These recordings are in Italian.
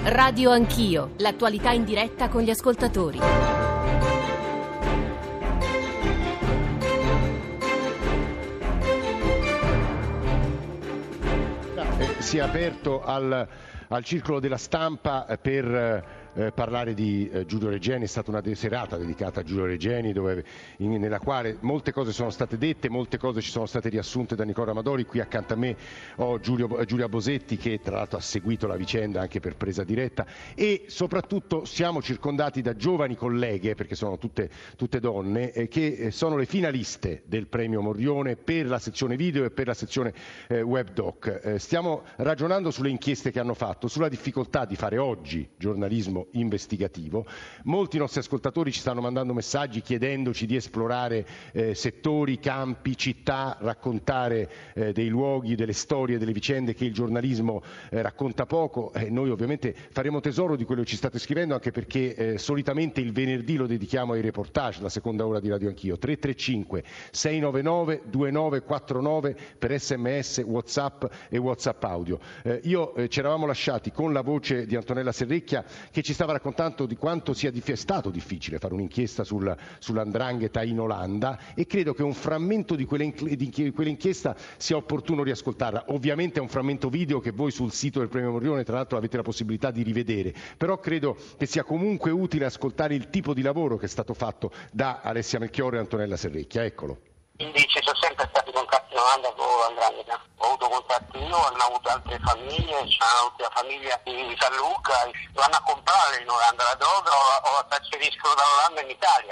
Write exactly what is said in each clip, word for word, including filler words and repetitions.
Radio Anch'io, l'attualità in diretta con gli ascoltatori. Si è aperto al, al circolo della stampa per eh, parlare di eh, Giulio Regeni. È stata una serata dedicata a Giulio Regeni, dove, in, nella quale molte cose sono state dette, molte cose ci sono state riassunte da Nicola Amadori. Qui accanto a me ho Giulio, Giulia Bosetti, che tra l'altro ha seguito la vicenda anche per presa diretta, e soprattutto siamo circondati da giovani colleghe, perché sono tutte, tutte donne, eh, che sono le finaliste del premio Morrione per la sezione video e per la sezione eh, web doc. Eh, stiamo ragionando sulle inchieste che hanno fatto, sulla difficoltà di fare oggi giornalismo investigativo. Molti nostri ascoltatori ci stanno mandando messaggi chiedendoci di esplorare eh, settori, campi, città, raccontare eh, dei luoghi, delle storie, delle vicende che il giornalismo eh, racconta poco. Eh, noi ovviamente faremo tesoro di quello che ci state scrivendo, anche perché eh, solitamente il venerdì lo dedichiamo ai reportage, la seconda ora di Radio Anch'io. tre tre cinque sei nove nove due nove quattro nove per sms, WhatsApp e WhatsApp audio. Eh, io eh, ci eravamo lasciati con la voce di Antonella Serrecchia, che ci stava raccontando di quanto sia dif- stato difficile fare un'inchiesta sul, sull'andrangheta in Olanda, e credo che un frammento di, quell'inch- di quell'inchiesta sia opportuno riascoltarla. Ovviamente è un frammento video che voi sul sito del Premio Morrione tra l'altro avete la possibilità di rivedere, però credo che sia comunque utile ascoltare il tipo di lavoro che è stato fatto da Alessia Melchiorre e Antonella Serrecchia. Eccolo. Quindi ci sono sempre stati contatti in Olanda con l'andrangheta. Ho avuto contatti io, hanno avuto altre famiglie, c'hanno avuto la famiglia di San Luca, vanno a comprare in Olanda la droga o, o la trasferiscono da Olanda in Italia.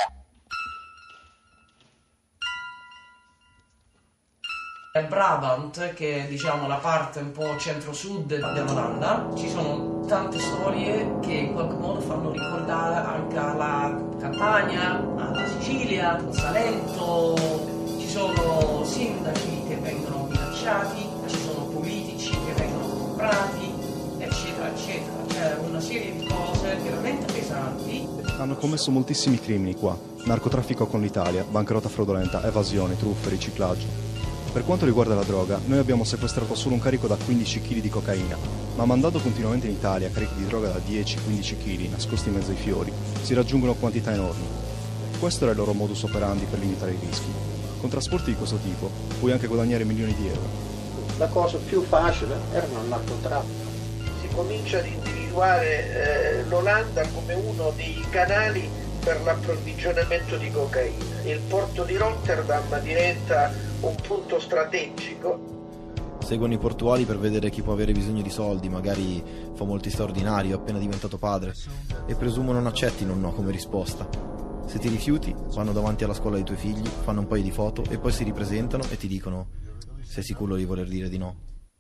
Nel Brabant, che è diciamo la parte un po' centro-sud dell'Olanda, ci sono tante storie che in qualche modo fanno ricordare anche alla Campania, alla Sicilia, al Salento. Ci sono sindaci che vengono minacciati, ci sono politici che vengono comprati, eccetera, eccetera. C'è una serie di cose veramente pesanti. Hanno commesso moltissimi crimini qua: narcotraffico con l'Italia, bancarotta fraudolenta, evasione, truffe, riciclaggio. Per quanto riguarda la droga, noi abbiamo sequestrato solo un carico da quindici chili di cocaina, ma mandando continuamente in Italia carichi di droga da dieci quindici chili nascosti in mezzo ai fiori, si raggiungono quantità enormi. Questo era il loro modus operandi per limitare i rischi. Con trasporti di questo tipo puoi anche guadagnare milioni di euro. La cosa più facile era il narcotraffico. Si comincia ad individuare eh, l'Olanda come uno dei canali per l'approvvigionamento di cocaina. Il porto di Rotterdam diventa un punto strategico. Seguono i portuali per vedere chi può avere bisogno di soldi, magari fa molti straordinari, è appena diventato padre, e presumo non accettino un no come risposta. Se ti rifiuti, vanno davanti alla scuola dei tuoi figli, fanno un paio di foto e poi si ripresentano e ti dicono: sei sicuro di voler dire di no?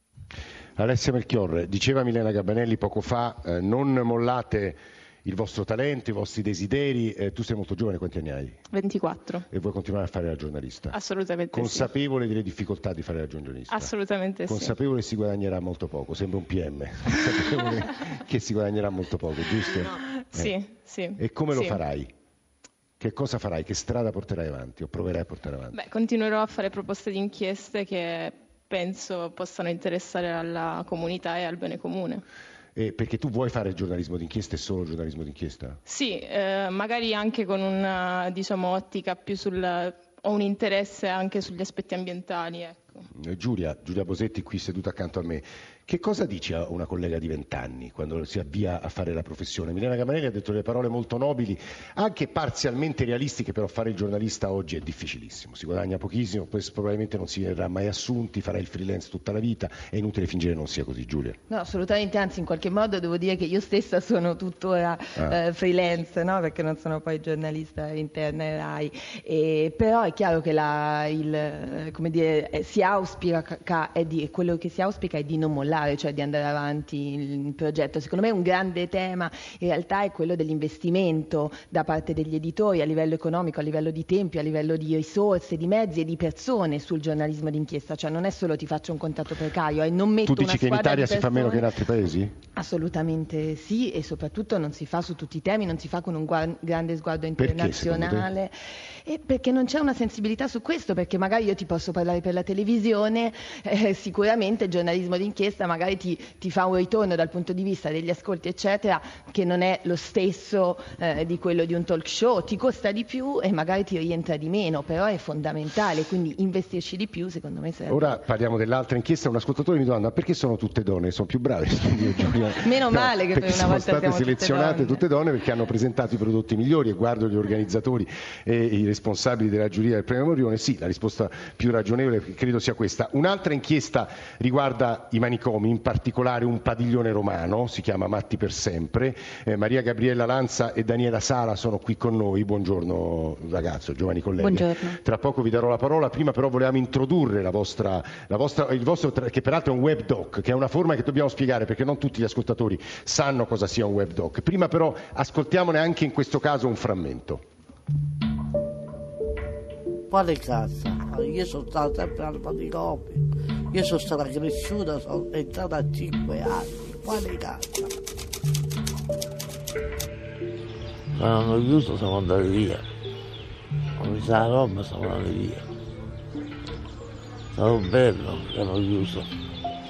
Alessia Melchiorre, diceva Milena Gabanelli poco fa, eh, non mollate il vostro talento, i vostri desideri. Eh, tu sei molto giovane, quanti anni hai? ventiquattro. E vuoi continuare a fare la giornalista? Assolutamente. Consapevole sì. delle difficoltà di fare la giornalista? Assolutamente Consapevole sì. si guadagnerà molto poco, sembra un P M. Consapevole che si guadagnerà molto poco, giusto? No. Eh. Sì, sì. E come lo sì. farai? Che cosa farai? Che strada porterai avanti o proverai a portare avanti? Beh, continuerò a fare proposte di inchieste che penso possano interessare alla comunità e al bene comune. Eh, perché tu vuoi fare giornalismo d'inchiesta e solo giornalismo d'inchiesta? Sì, eh, magari anche con una, diciamo, ottica più sul... ho un interesse anche sugli aspetti ambientali, ecco. Eh, Giulia, Giulia Bosetti qui seduta accanto a me. Che cosa dici a una collega di vent'anni quando si avvia a fare la professione? Milena Gabanelli ha detto delle parole molto nobili, anche parzialmente realistiche, però fare il giornalista oggi è difficilissimo, si guadagna pochissimo, poi probabilmente non si verrà mai assunti, farà il freelance tutta la vita, è inutile fingere non sia così, Giulia. No, assolutamente, anzi in qualche modo devo dire che io stessa sono tuttora ah. eh, freelance, no? Perché non sono poi giornalista interna Rai, e, però è chiaro che la, il, come dire, eh, si auspica, è di, quello che si auspica è di non mollare, cioè di andare avanti il progetto. Secondo me un grande tema in realtà è quello dell'investimento da parte degli editori a livello economico, a livello di tempi, a livello di risorse, di mezzi e di persone sul giornalismo d'inchiesta, cioè non è solo ti faccio un contratto precario e non metto una squadra. Tu dici che in Italia si fa meno che in altri paesi? Assolutamente sì, e soprattutto non si fa su tutti i temi, non si fa con un gua- grande sguardo internazionale. Perché, e perché non c'è una sensibilità su questo, perché magari io ti posso parlare per la televisione, eh, sicuramente il giornalismo d'inchiesta magari ti, ti fa un ritorno dal punto di vista degli ascolti eccetera che non è lo stesso eh, di quello di un talk show, ti costa di più e magari ti rientra di meno, però è fondamentale, quindi investirci di più secondo me serve. Ora parliamo dell'altra inchiesta, un ascoltatore mi domanda: perché sono tutte donne? Sono più brave? Io, Meno male no, che per una volta sono state selezionate tutte donne. tutte donne perché hanno presentato i prodotti migliori, e guardo gli organizzatori e i responsabili della giuria del premio Morione, sì, la risposta più ragionevole credo sia questa. Un'altra inchiesta riguarda i manicomi, in particolare un padiglione romano, si chiama Matti per sempre. eh, Maria Gabriella Lanza e Daniela Sala sono qui con noi. Buongiorno ragazzo, giovani colleghi. Buongiorno. Tra poco vi darò la parola, prima però volevamo introdurre la vostra, la vostra, il vostro, che peraltro è un web doc, che è una forma che dobbiamo spiegare perché non tutti gli ascoltatori sanno cosa sia un web doc. Prima però ascoltiamone anche in questo caso un frammento. Quale cazzo? Io sono stata sempre al manicomio, io sono stata cresciuta, sono entrata a cinque anni, quale cazzo? Ma non ho chiuso, siamo andati via, non mi sa la roba, siamo andati via. È stato bello che hanno chiuso.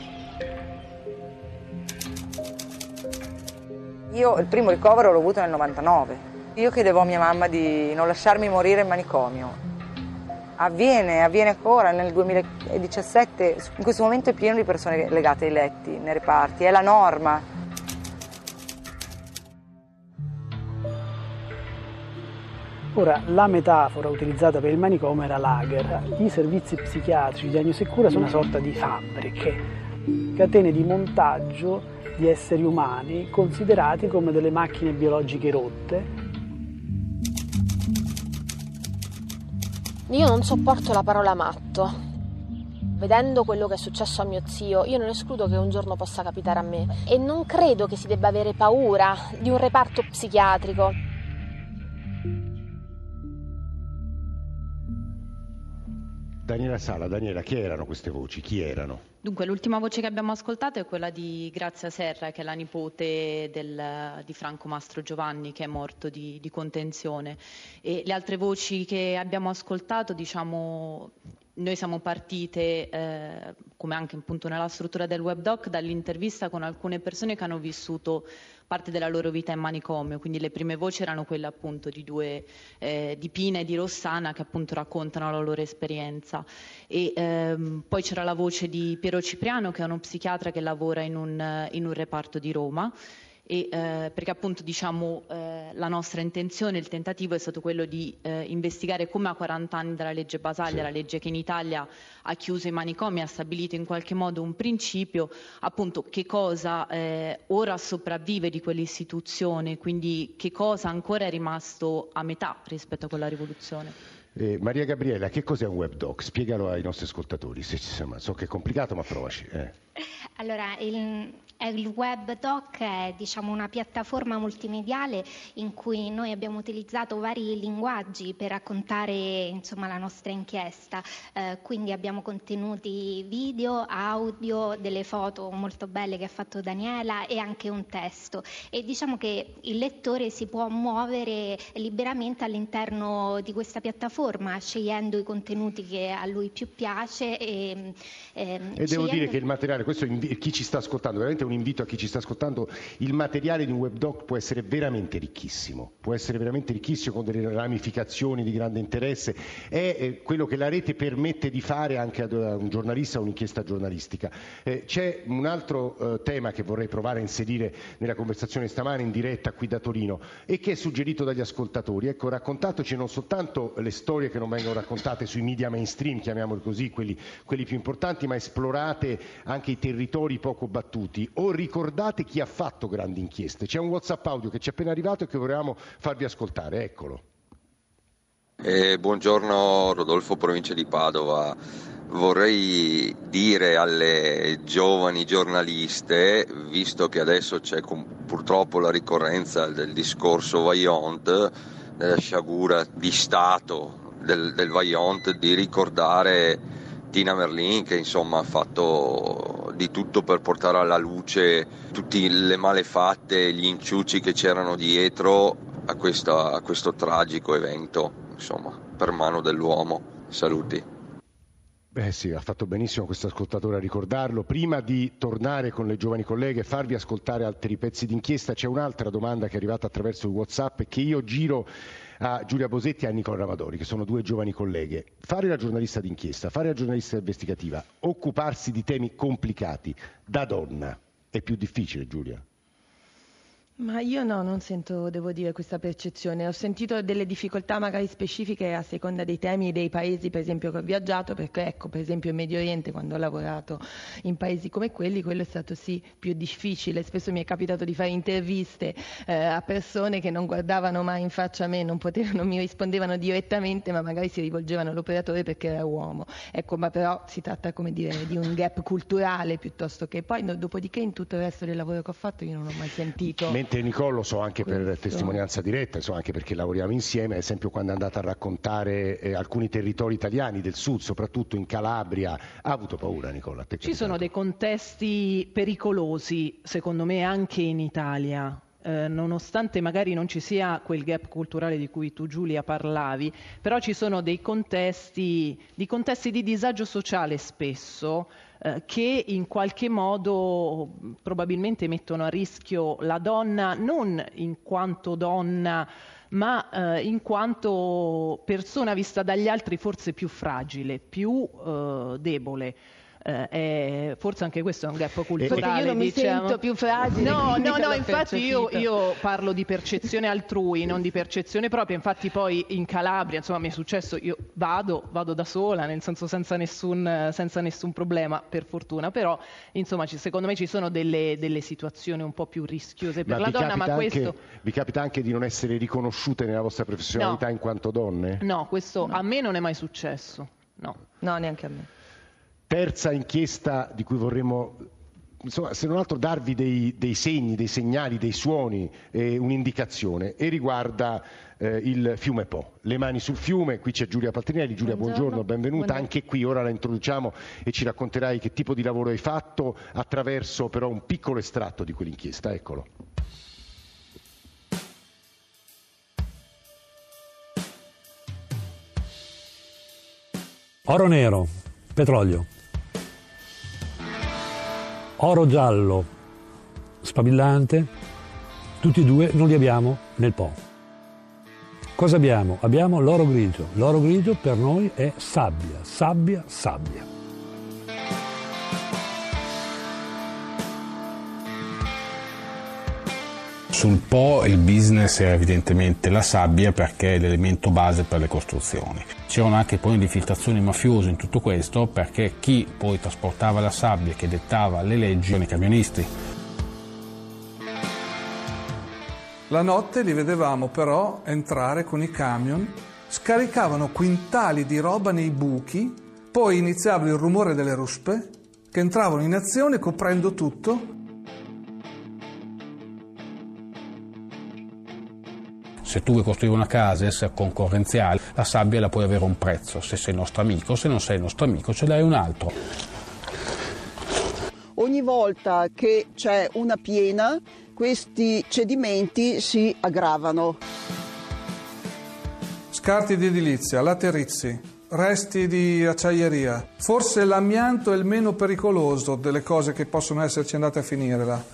Io il primo ricovero l'ho avuto nel novantanove. Io chiedevo a mia mamma di non lasciarmi morire in manicomio. Avviene, avviene ancora nel duemiladiciassette, in questo momento è pieno di persone legate ai letti, nei reparti, è la norma. Ora, la metafora utilizzata per il manicomio era lager. I servizi psichiatrici, diagnosi e cura sono una sorta di fabbriche, catene di montaggio di esseri umani considerati come delle macchine biologiche rotte. Io non sopporto la parola matto. Vedendo quello che è successo a mio zio, io non escludo che un giorno possa capitare a me e non credo che si debba avere paura di un reparto psichiatrico. Daniela Sala, Daniela, chi erano queste voci? Chi erano? Dunque, l'ultima voce che abbiamo ascoltato è quella di Grazia Serra, che è la nipote del, di Franco Mastro Giovanni, che è morto di, di contenzione. E le altre voci che abbiamo ascoltato, diciamo, noi siamo partite, eh, come anche appunto nella struttura del webdoc, dall'intervista con alcune persone che hanno vissuto parte della loro vita in manicomio, quindi le prime voci erano quelle appunto di due, eh, di Pina e di Rossana, che appunto raccontano la loro esperienza. E ehm, poi c'era la voce di Piero Cipriano, che è uno psichiatra che lavora in un, in un reparto di Roma. E, eh, perché appunto diciamo eh, la nostra intenzione, il tentativo è stato quello di eh, investigare come a quaranta anni dalla legge Basaglia, sì. La legge che in Italia ha chiuso i manicomi, ha stabilito in qualche modo un principio, appunto che cosa eh, ora sopravvive di quell'istituzione, quindi che cosa ancora è rimasto a metà rispetto a quella rivoluzione. Eh, Maria Gabriella, che cos'è un webdoc? Spiegalo ai nostri ascoltatori, se, insomma, so che è complicato ma provaci. Eh. Allora, il, il webdoc è diciamo, una piattaforma multimediale in cui noi abbiamo utilizzato vari linguaggi per raccontare insomma, la nostra inchiesta, eh, quindi abbiamo contenuti video, audio, delle foto molto belle che ha fatto Daniela e anche un testo, e diciamo che il lettore si può muovere liberamente all'interno di questa piattaforma scegliendo i contenuti che a lui più piace e, ehm, e devo dire che il materiale, questo invi- chi ci sta ascoltando, veramente un invito a chi ci sta ascoltando, il materiale di un webdoc può essere veramente ricchissimo, può essere veramente ricchissimo con delle ramificazioni di grande interesse, è eh, quello che la rete permette di fare anche a un giornalista o un'inchiesta giornalistica. Eh, c'è un altro eh, tema che vorrei provare a inserire nella conversazione stamane in diretta qui da Torino e che è suggerito dagli ascoltatori. Ecco, raccontateci non soltanto le storie che non vengono raccontate sui media mainstream, chiamiamoli così, quelli, quelli più importanti, ma esplorate anche i territori poco battuti, o ricordate chi ha fatto grandi inchieste. C'è un WhatsApp audio che ci è appena arrivato e che volevamo farvi ascoltare, eccolo. Eh, buongiorno, Rodolfo, provincia di Padova. Vorrei dire alle giovani giornaliste, visto che adesso c'è purtroppo la ricorrenza del discorso Vaillant, della sciagura di Stato del, del Vaillant, di ricordare Tina Merlin, che insomma ha fatto di tutto per portare alla luce tutte le malefatte, gli inciuci che c'erano dietro a, questa, a questo tragico evento, insomma, per mano dell'uomo. Saluti. Beh sì, ha fatto benissimo questo ascoltatore a ricordarlo. Prima di tornare con le giovani colleghe e farvi ascoltare altri pezzi d'inchiesta, c'è un'altra domanda che è arrivata attraverso il WhatsApp e che io giro a Giulia Bosetti e a Nicola Ramadori, che sono due giovani colleghe. Fare la giornalista d'inchiesta, fare la giornalista investigativa, occuparsi di temi complicati da donna è più difficile, Giulia? Ma io no, non sento, devo dire, questa percezione. Ho sentito delle difficoltà magari specifiche a seconda dei temi e dei paesi, per esempio, che ho viaggiato, perché ecco, per esempio in Medio Oriente, quando ho lavorato in paesi come quelli, quello è stato sì più difficile. Spesso mi è capitato di fare interviste eh, a persone che non guardavano mai in faccia a me, non potevano, non mi rispondevano direttamente, ma magari si rivolgevano all'operatore perché era uomo. Ecco, ma però si tratta, come dire, di un gap culturale piuttosto che poi, no, dopodiché in tutto il resto del lavoro che ho fatto io non ho mai sentito. Nicolò, so anche per testimonianza diretta, so anche perché lavoriamo insieme, ad esempio quando è andata a raccontare eh, alcuni territori italiani del sud, soprattutto in Calabria, ha avuto paura, Nicola? Ci sono dei contesti pericolosi, secondo me, anche in Italia. Eh, nonostante magari non ci sia quel gap culturale di cui tu, Giulia, parlavi, però ci sono dei contesti, di contesti di disagio sociale spesso, eh, che in qualche modo probabilmente mettono a rischio la donna, non in quanto donna, ma eh, in quanto persona vista dagli altri forse più fragile, più eh, debole. Eh, è, forse anche questo è un gap culturale. Perché io non mi diciamo. sento più fragile. No, no, no, infatti io, io parlo di percezione altrui, non di percezione propria. Infatti poi in Calabria, insomma, mi è successo, io vado, vado da sola, nel senso senza nessun, senza nessun problema, per fortuna, però insomma ci, secondo me ci sono delle, delle situazioni un po' più rischiose per ma la donna, ma anche, questo... Vi capita anche di non essere riconosciute nella vostra professionalità no. in quanto donne? No, questo no. a me non è mai successo, no. No, neanche a me. Terza inchiesta di cui vorremmo, insomma, se non altro darvi dei, dei segni, dei segnali, dei suoni, eh, un'indicazione, e riguarda eh, il fiume Po. Le mani sul fiume, qui c'è Giulia Paltrinelli. Giulia, buongiorno, buongiorno benvenuta. Buongiorno. Anche qui ora la introduciamo e ci racconterai che tipo di lavoro hai fatto attraverso però un piccolo estratto di quell'inchiesta. Eccolo. Oro nero, petrolio. Oro giallo, sfavillante, tutti e due non li abbiamo nel Po. Cosa abbiamo? Abbiamo l'oro grigio. L'oro grigio per noi è sabbia, sabbia, sabbia. Sul Po il business era evidentemente la sabbia, perché è l'elemento base per le costruzioni. C'erano anche poi infiltrazioni mafiose in tutto questo, perché chi poi trasportava la sabbia, che dettava le leggi, erano i camionisti. La notte li vedevamo però entrare con i camion, scaricavano quintali di roba nei buchi, poi iniziava il rumore delle ruspe che entravano in azione coprendo tutto. Se tu vuoi costruire una casa e essere concorrenziale, la sabbia la puoi avere un prezzo, se sei nostro amico, se non sei nostro amico ce l'hai un altro. Ogni volta che c'è una piena, questi cedimenti si aggravano. Scarti di edilizia, laterizi, resti di acciaieria. Forse l'amianto è il meno pericoloso delle cose che possono esserci andate a finire là.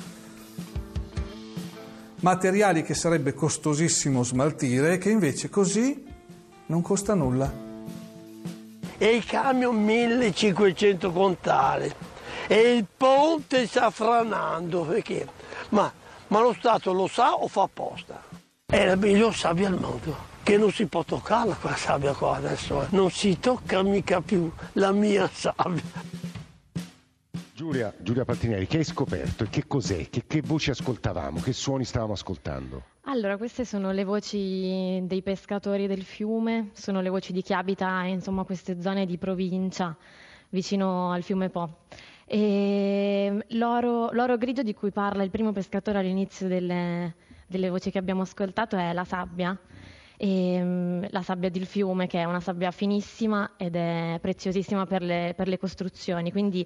Materiali che sarebbe costosissimo smaltire e che invece così non costa nulla. E il camion millecinquecento contare e il ponte sta franando, perché? Ma, ma lo Stato lo sa o fa apposta? È la miglior sabbia al mondo, che non si può toccarla quella sabbia qua adesso, non si tocca mica più la mia sabbia. Giulia, Giulia Paltrinelli, che hai scoperto e che cos'è? Che, che voci ascoltavamo? Che suoni stavamo ascoltando? Allora, queste sono le voci dei pescatori del fiume, sono le voci di chi abita, insomma, queste zone di provincia vicino al fiume Po. E l'oro, l'oro grigio di cui parla il primo pescatore all'inizio delle, delle voci che abbiamo ascoltato è la sabbia. e la sabbia del fiume, che è una sabbia finissima ed è preziosissima per le, per le costruzioni, quindi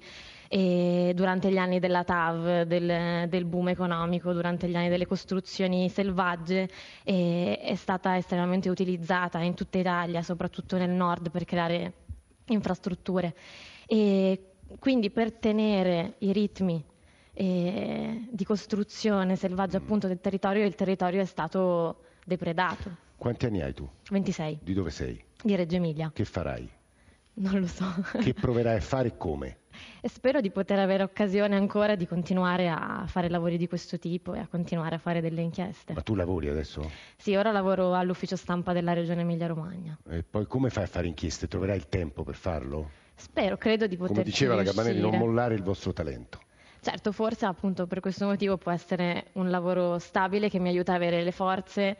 e durante gli anni della T A V, del, del boom economico, durante gli anni delle costruzioni selvagge, e, è stata estremamente utilizzata in tutta Italia, soprattutto nel nord, per creare infrastrutture. E quindi per tenere i ritmi eh, di costruzione selvaggia appunto del territorio, il territorio è stato depredato. Quanti anni hai tu? ventisei. Di dove sei? Di Reggio Emilia. Che farai? Non lo so. Che proverai a fare e come? E spero di poter avere occasione ancora di continuare a fare lavori di questo tipo e a continuare a fare delle inchieste. Ma tu lavori adesso? Sì, ora lavoro all'ufficio stampa della Regione Emilia-Romagna. E poi come fai a fare inchieste? Troverai il tempo per farlo? Spero, credo di poter Come diceva la riuscire. Gabanelli, non mollare il vostro talento. Certo, forse appunto per questo motivo può essere un lavoro stabile che mi aiuta a avere le forze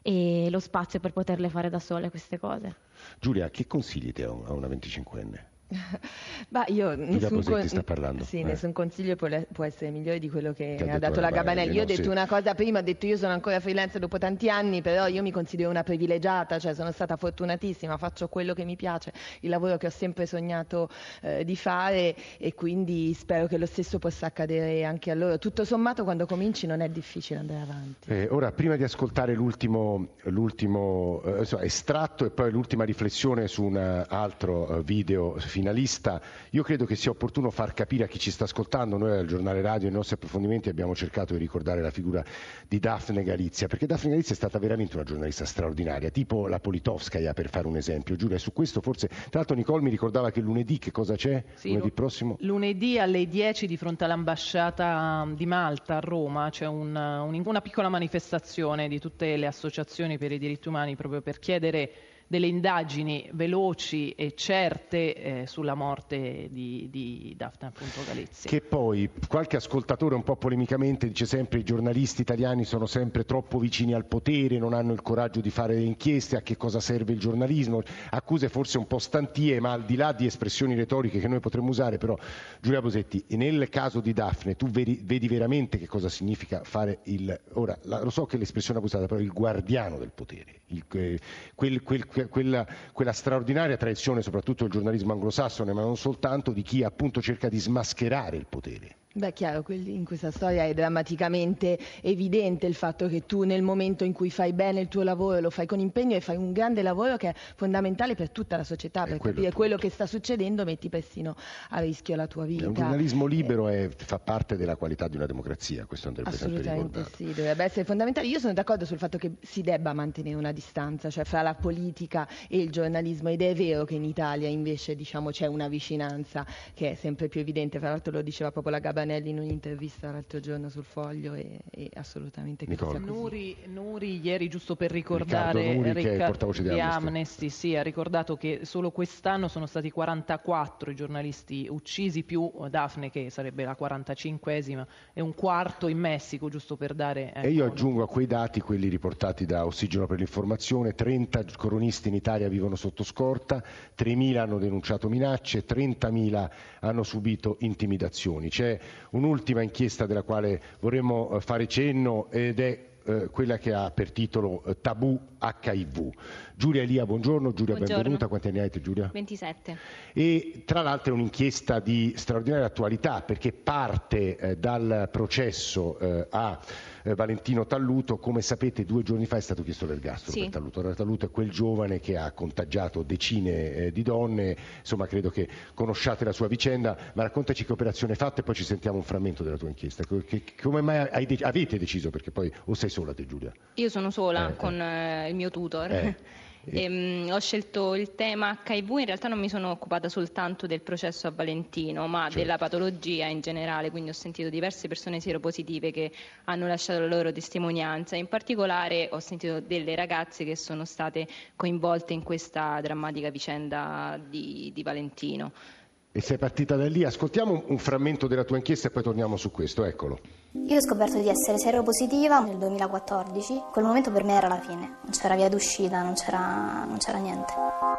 e lo spazio per poterle fare da sole queste cose. Giulia, che consigli ti a una venticinquenne? Bah, io nessun, con... sta parlando. Sì, eh. nessun consiglio può, può essere migliore di quello che, che ha dato la Gabanelli. Io ho no, detto sì. una cosa prima, ho detto io sono ancora freelance dopo tanti anni, però io mi considero una privilegiata, cioè sono stata fortunatissima, faccio quello che mi piace, il lavoro che ho sempre sognato eh, di fare, e quindi spero che lo stesso possa accadere anche a loro. Tutto sommato quando cominci non è difficile andare avanti. Eh, ora, prima di ascoltare l'ultimo, l'ultimo eh, insomma, estratto e poi l'ultima riflessione su un altro video finalista, io credo che sia opportuno far capire a chi ci sta ascoltando. Noi al Giornale Radio, nei nostri approfondimenti, abbiamo cercato di ricordare la figura di Daphne Galizia, perché Daphne Galizia è stata veramente una giornalista straordinaria, tipo la Politkovskaya, per fare un esempio. Giulia, su questo forse, tra l'altro Nicole mi ricordava che lunedì, che cosa c'è? Sì, lunedì prossimo? Lunedì alle dieci di fronte all'ambasciata di Malta a Roma c'è un, un, una piccola manifestazione di tutte le associazioni per i diritti umani, proprio per chiedere delle indagini veloci e certe eh, sulla morte di, di Daphne appunto Galizia. Che poi qualche ascoltatore un po' polemicamente dice sempre: i giornalisti italiani sono sempre troppo vicini al potere, non hanno il coraggio di fare le inchieste, a che cosa serve il giornalismo, accuse forse un po' stantie, ma al di là di espressioni retoriche che noi potremmo usare, però Giulia Bosetti, nel caso di Daphne tu vedi, vedi veramente che cosa significa fare il, ora lo so che l'espressione abusata, però il guardiano del potere, il, quel, quel Quella, quella straordinaria tradizione, soprattutto il giornalismo anglosassone, ma non soltanto, di chi appunto cerca di smascherare il potere. Beh, chiaro, in questa storia è drammaticamente evidente il fatto che tu nel momento in cui fai bene il tuo lavoro, lo fai con impegno e fai un grande lavoro che è fondamentale per tutta la società, per quello capire quello che sta succedendo, metti persino a rischio la tua vita. Un giornalismo libero è, fa parte della qualità di una democrazia, questo andrebbe sempre ricordato. Assolutamente sì, dovrebbe essere fondamentale. Io sono d'accordo sul fatto che si debba mantenere una distanza, cioè fra la politica e il giornalismo, ed è vero che in Italia invece diciamo c'è una vicinanza che è sempre più evidente, fra l'altro lo diceva proprio la Gabanelli in un'intervista l'altro giorno sul Foglio, e, e assolutamente così. Nuri, Nuri ieri, giusto per ricordare, Riccardo Nuri, Ricca, che è il portavoce di di Amnesty, Amnesty sì, ha ricordato che solo quest'anno sono stati quarantaquattro i giornalisti uccisi, più Daphne che sarebbe la quarantacinquesima, e un quarto in Messico, giusto per dare... Ecco, e io aggiungo a quei dati quelli riportati da Ossigeno per l'Informazione: trenta cronisti in Italia vivono sotto scorta, tremila hanno denunciato minacce, trentamila hanno subito intimidazioni. C'è un'ultima inchiesta della quale vorremmo fare cenno, ed è eh, quella che ha per titolo eh, Tabù acca i vu. Giulia Elia, buongiorno. Giulia, buongiorno. Benvenuta. Quanti anni hai te, Giulia? ventisette. E tra l'altro è un'inchiesta di straordinaria attualità, perché parte eh, dal processo eh, a eh, Valentino Talluto. Come sapete, due giorni fa è stato chiesto l'ergastolo sì. per Talluto. Allora, Talluto è quel giovane che ha contagiato decine eh, di donne, insomma credo che conosciate la sua vicenda, ma raccontaci che operazione hai fatto e poi ci sentiamo un frammento della tua inchiesta. Che, che, come mai hai de- avete deciso, perché poi o sei sola te, Giulia? Io sono sola eh, con eh. il mio tutor. Eh. E, um, ho scelto il tema acca i vu, in realtà non mi sono occupata soltanto del processo a Valentino, ma certo. della patologia in generale, quindi ho sentito diverse persone sieropositive che hanno lasciato la loro testimonianza. In particolare ho sentito delle ragazze che sono state coinvolte in questa drammatica vicenda di, di Valentino. E sei partita da lì. Ascoltiamo un frammento della tua inchiesta e poi torniamo su questo, eccolo. Io ho scoperto di essere seropositiva nel duemilaquattordici, quel momento per me era la fine, non c'era via d'uscita, non c'era, non c'era niente.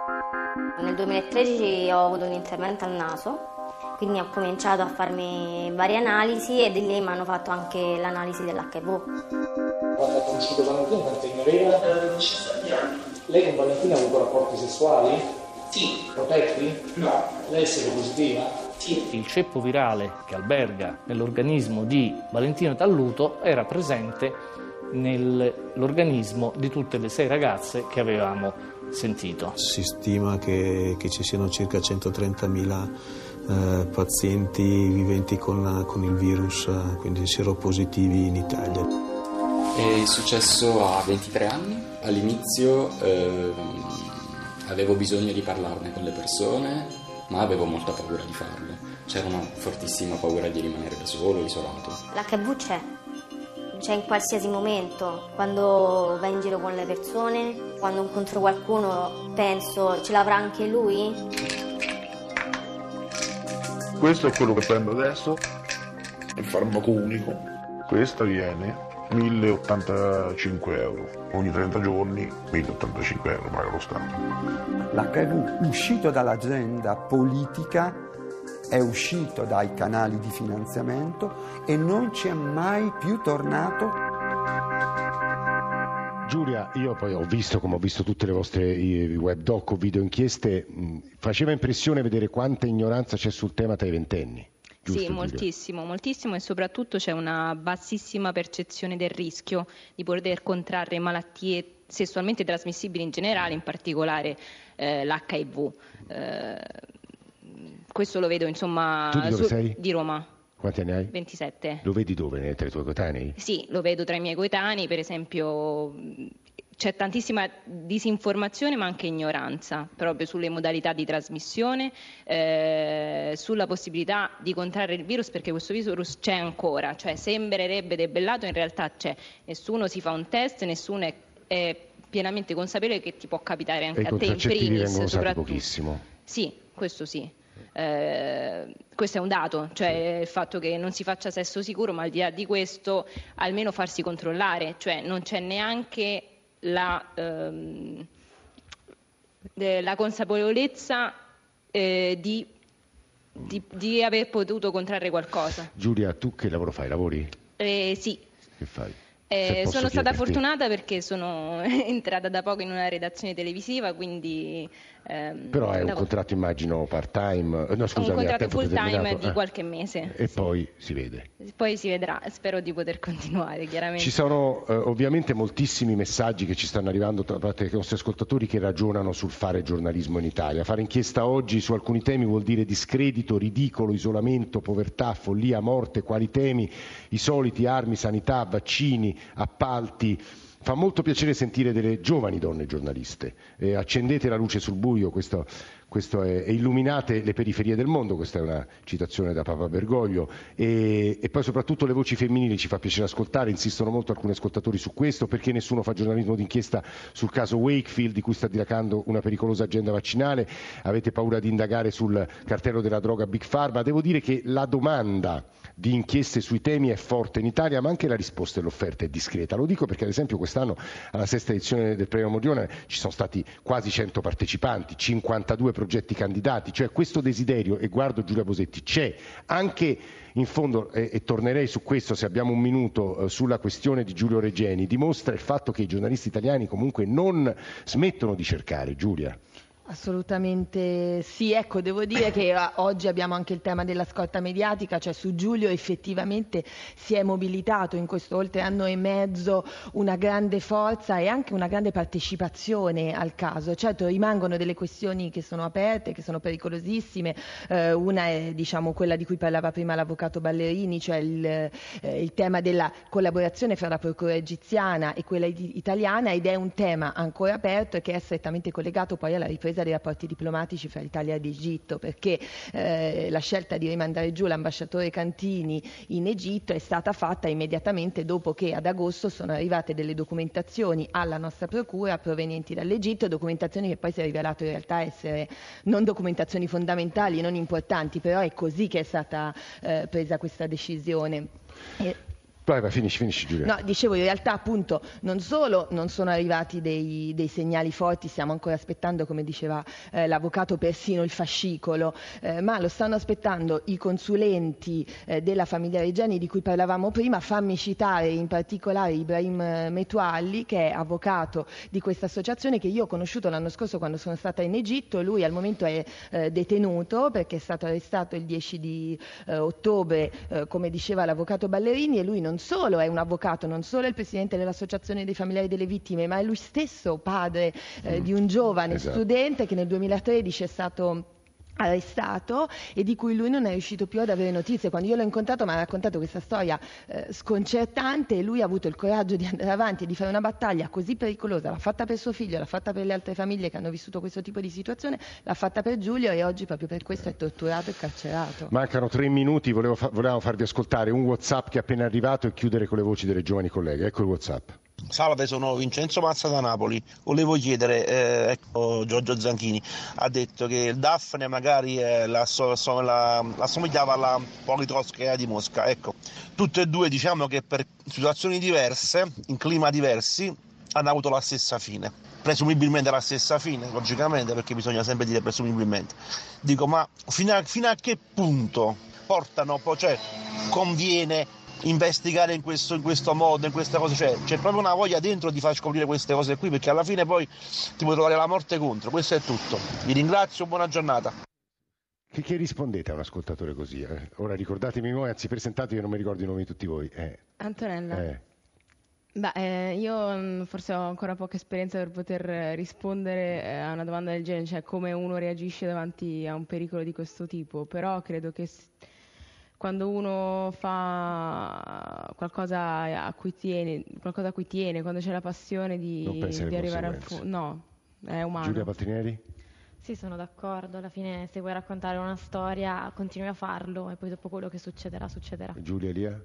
Nel duemilatredici ho avuto un intervento al naso, quindi ho cominciato a farmi varie analisi e di lì mi hanno fatto anche l'analisi dell'acca i vu. Quando ha conosciuto Valentino quanti anni aveva? diciassette anni. Lei con Valentino ha avuto rapporti sessuali? Sì. Protetti? No. Lei è seropositiva? Sì. Il ceppo virale che alberga nell'organismo di Valentino Talluto era presente nell'organismo di tutte le sei ragazze che avevamo sentito. Si stima che, che ci siano circa centotrentamila eh, pazienti viventi con, con il virus, quindi seropositivi in Italia. È successo a ventitré anni. All'inizio eh, avevo bisogno di parlarne con le persone, ma avevo molta paura di farlo. C'era una fortissima paura di rimanere da solo, isolato. L'H I V c'è, c'è in qualsiasi momento. Quando vai in giro con le persone, quando incontro qualcuno, penso, ce l'avrà anche lui? Questo è quello che prendo adesso, il farmaco unico. Questa viene mille ottantacinque euro. Ogni trenta giorni mille ottantacinque euro paga lo Stato. L'H I V uscito dall'agenda politica è uscito dai canali di finanziamento e non ci è mai più tornato. Giulia, io poi ho visto, come ho visto tutte le vostre web doc o video inchieste, mh, faceva impressione vedere quanta ignoranza c'è sul tema tra i ventenni. Giusto, sì, Giulia? moltissimo, moltissimo e soprattutto c'è una bassissima percezione del rischio di poter contrarre malattie sessualmente trasmissibili in generale, in particolare eh, l'H I V. Eh, questo lo vedo insomma tu di dove su, sei? Di Roma. Quanti anni hai? ventisette. Lo vedi dove? Tra i tuoi coetanei? Sì, lo vedo tra i miei coetanei, per esempio c'è tantissima disinformazione ma anche ignoranza proprio sulle modalità di trasmissione, eh, sulla possibilità di contrarre il virus, perché questo virus c'è ancora, cioè sembrerebbe debellato, in realtà c'è, nessuno si fa un test, nessuno è, è pienamente consapevole che ti può capitare anche e a te in primis, vengono usati soprattutto. Pochissimo. Sì, questo sì. Eh, questo è un dato, cioè sì. Il fatto che non si faccia sesso sicuro, ma al di là di questo almeno farsi controllare, cioè non c'è neanche la, ehm, de, la consapevolezza eh, di, di, di aver potuto contrarre qualcosa. Giulia, tu che lavoro fai? Lavori? Eh, sì. Che fai? Eh, sono stata fortunata perché sono entrata da poco in una redazione televisiva, quindi... Ehm, Però è un da... contratto, immagino, part-time, no scusami, un contratto a tempo full-time di eh. qualche mese. E sì. poi si vede. Poi si vedrà, spero di poter continuare, chiaramente. Ci sono eh, ovviamente moltissimi messaggi che ci stanno arrivando da parte dei nostri ascoltatori che ragionano sul fare giornalismo in Italia. Fare inchiesta oggi su alcuni temi vuol dire discredito, ridicolo, isolamento, povertà, follia, morte. Quali temi? I soliti: armi, sanità, vaccini, appalti. Fa molto piacere sentire delle giovani donne giornaliste. Eh, accendete la luce sul buio, questo, questo è, e illuminate le periferie del mondo, questa è una citazione da Papa Bergoglio, e, e poi soprattutto le voci femminili ci fa piacere ascoltare, insistono molto alcuni ascoltatori su questo, perché nessuno fa giornalismo d'inchiesta sul caso Wakefield di cui sta dilagando una pericolosa agenda vaccinale, avete paura di indagare sul cartello della droga Big Pharma. Devo dire che la domanda di inchieste sui temi è forte in Italia, ma anche la risposta e l'offerta è discreta. Lo dico perché ad esempio quest'anno alla sesta edizione del premio Modione ci sono stati quasi cento partecipanti, cinquantadue progetti candidati, cioè questo desiderio, e guardo Giulia Bosetti, c'è anche in fondo, e, e tornerei su questo se abbiamo un minuto, eh, sulla questione di Giulio Regeni, dimostra il fatto che i giornalisti italiani comunque non smettono di cercare. Giulia. Assolutamente sì, ecco, devo dire che oggi abbiamo anche il tema della scorta mediatica, cioè su Giulio effettivamente si è mobilitato in questo oltre anno e mezzo una grande forza e anche una grande partecipazione al caso. Certo, rimangono delle questioni che sono aperte, che sono pericolosissime, eh, una è diciamo quella di cui parlava prima l'avvocato Ballerini, cioè il, eh, il tema della collaborazione fra la procura egiziana e quella italiana, ed è un tema ancora aperto e che è strettamente collegato poi alla ripresa dei rapporti diplomatici fra Italia ed Egitto, perché eh, la scelta di rimandare giù l'ambasciatore Cantini in Egitto è stata fatta immediatamente dopo che ad agosto sono arrivate delle documentazioni alla nostra procura provenienti dall'Egitto, documentazioni che poi si è rivelato in realtà essere non documentazioni fondamentali, non importanti, però è così che è stata eh, presa questa decisione. E... Vai, vai, finisci, finisci Giulia. No, dicevo, in realtà appunto non solo non sono arrivati dei, dei segnali forti, stiamo ancora aspettando, come diceva eh, l'avvocato, persino il fascicolo, eh, ma lo stanno aspettando i consulenti eh, della famiglia Reggiani di cui parlavamo prima. Fammi citare in particolare Ibrahim Metualli, che è avvocato di questa associazione, che io ho conosciuto l'anno scorso quando sono stata in Egitto. Lui al momento è eh, detenuto perché è stato arrestato il dieci di eh, ottobre, eh, come diceva l'avvocato Ballerini, e lui non solo è un avvocato, non solo è il presidente dell'associazione dei familiari delle vittime, ma è lui stesso padre eh, mm. di un giovane esatto. studente che nel duemilatredici è stato arrestato e di cui lui non è riuscito più ad avere notizie. Quando io l'ho incontrato mi ha raccontato questa storia eh, sconcertante, e lui ha avuto il coraggio di andare avanti e di fare una battaglia così pericolosa. L'ha fatta per suo figlio, l'ha fatta per le altre famiglie che hanno vissuto questo tipo di situazione, l'ha fatta per Giulio, e oggi proprio per questo è torturato e carcerato. Mancano tre minuti, volevo fa- volevamo farvi ascoltare un WhatsApp che è appena arrivato e chiudere con le voci delle giovani colleghe. Ecco il WhatsApp. Salve, sono Vincenzo Mazza da Napoli. Volevo chiedere, eh, ecco, Giorgio Zanchini ha detto che Daphne magari eh, la, so, so, la, assomigliava alla Politkovskaja di Mosca. Ecco, tutte e due diciamo che per situazioni diverse, in clima diversi, hanno avuto la stessa fine. Presumibilmente la stessa fine, logicamente, perché bisogna sempre dire presumibilmente. Dico, ma fino a, fino a che punto portano, cioè conviene investigare in questo, in questo modo, in queste cose, cioè c'è proprio una voglia dentro di far scoprire queste cose qui, perché alla fine poi ti puoi trovare la morte contro. Questo è tutto, vi ringrazio, buona giornata. Che, che rispondete a un ascoltatore così? Eh? Ora ricordatemi voi, anzi presentatevi, io non mi ricordo i nomi di tutti voi. Eh. Antonella. Eh. Beh, eh, io forse ho ancora poca esperienza per poter rispondere eh, a una domanda del genere, cioè come uno reagisce davanti a un pericolo di questo tipo, però credo che quando uno fa qualcosa a cui tiene, qualcosa a cui tiene, quando c'è la passione di, di arrivare a fondo, no, è umano. Giulia Paltrinieri? Sì, sono d'accordo, alla fine se vuoi raccontare una storia continui a farlo e poi dopo quello che succederà, succederà. Giulia, Elia?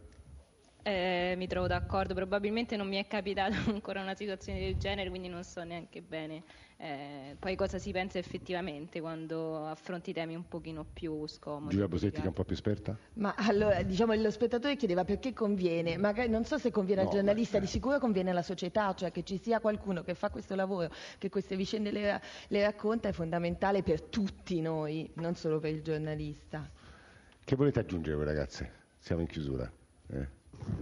Eh, mi trovo d'accordo, probabilmente non mi è capitata ancora una situazione del genere, quindi non so neanche bene eh, poi cosa si pensa effettivamente quando affronti temi un pochino più scomodi. Giulia Bosetti, che è un po' più esperta? Ma allora, diciamo, lo spettatore chiedeva perché conviene, magari non so se conviene no, al giornalista, beh, di sicuro conviene alla società, cioè che ci sia qualcuno che fa questo lavoro, che queste vicende le, le racconta, è fondamentale per tutti noi, non solo per il giornalista. Che volete aggiungere voi ragazze? Siamo in chiusura. Eh?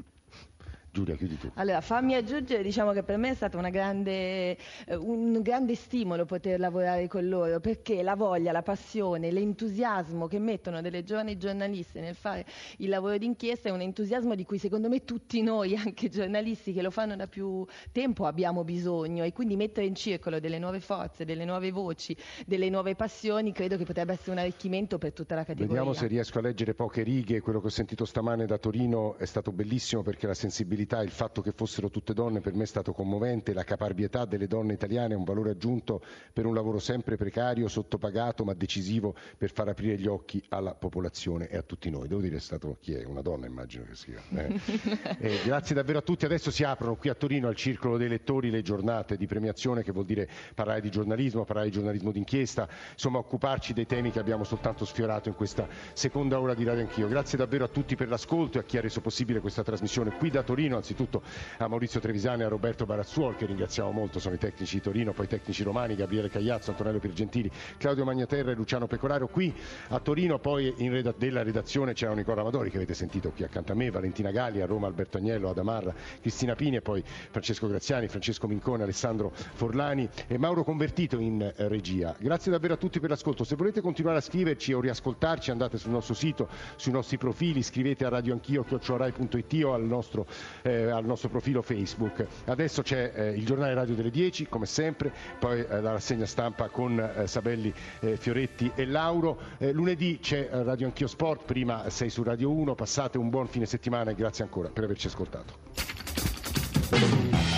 Giulia, chiudi tu. Allora, fammi aggiungere, diciamo che per me è stato una grande, eh, un grande stimolo poter lavorare con loro, perché la voglia, la passione, l'entusiasmo che mettono delle giovani giornaliste nel fare il lavoro d'inchiesta è un entusiasmo di cui secondo me tutti noi, anche giornalisti che lo fanno da più tempo, abbiamo bisogno, e quindi mettere in circolo delle nuove forze, delle nuove voci, delle nuove passioni, credo che potrebbe essere un arricchimento per tutta la categoria. Vediamo se riesco a leggere poche righe. Quello che ho sentito stamane da Torino è stato bellissimo, perché la sensibilità, il fatto che fossero tutte donne per me è stato commovente. La caparbietà delle donne italiane è un valore aggiunto per un lavoro sempre precario, sottopagato, ma decisivo per far aprire gli occhi alla popolazione e a tutti noi. Devo dire, è stato chi è? Una donna, immagino che sia. Eh. Eh, grazie davvero a tutti. Adesso si aprono qui a Torino al Circolo dei Lettori le giornate di premiazione, che vuol dire parlare di giornalismo, parlare di giornalismo d'inchiesta, insomma occuparci dei temi che abbiamo soltanto sfiorato in questa seconda ora di Radio Anch'io. Grazie davvero a tutti per l'ascolto e a chi ha reso possibile questa trasmissione qui da Torino, anzitutto a Maurizio Trevisani e a Roberto Barazzuol, che ringraziamo molto, sono i tecnici di Torino, poi i tecnici romani, Gabriele Cagliazzo, Antonello Piergentili, Claudio Magnaterra e Luciano Pecoraro qui a Torino. Poi in reda- della redazione c'era Nicola Amadori, che avete sentito qui accanto a me, Valentina Galli, a Roma Alberto Agnello, Ada Marra, Cristina Pini, e poi Francesco Graziani, Francesco Mincone, Alessandro Forlani e Mauro Convertito in eh, regia. Grazie davvero a tutti per l'ascolto. Se volete continuare a scriverci o riascoltarci, andate sul nostro sito, sui nostri profili, scrivete a radioanchio chiocciola rai punto it o al nostro, eh, al nostro profilo Facebook. Adesso c'è eh, il giornale radio delle dieci, come sempre, poi eh, la rassegna stampa con eh, Sabelli, eh, Fioretti e Lauro. Eh, lunedì c'è eh, Radio Anch'io Sport, prima sei su Radio uno. Passate un buon fine settimana e grazie ancora per averci ascoltato.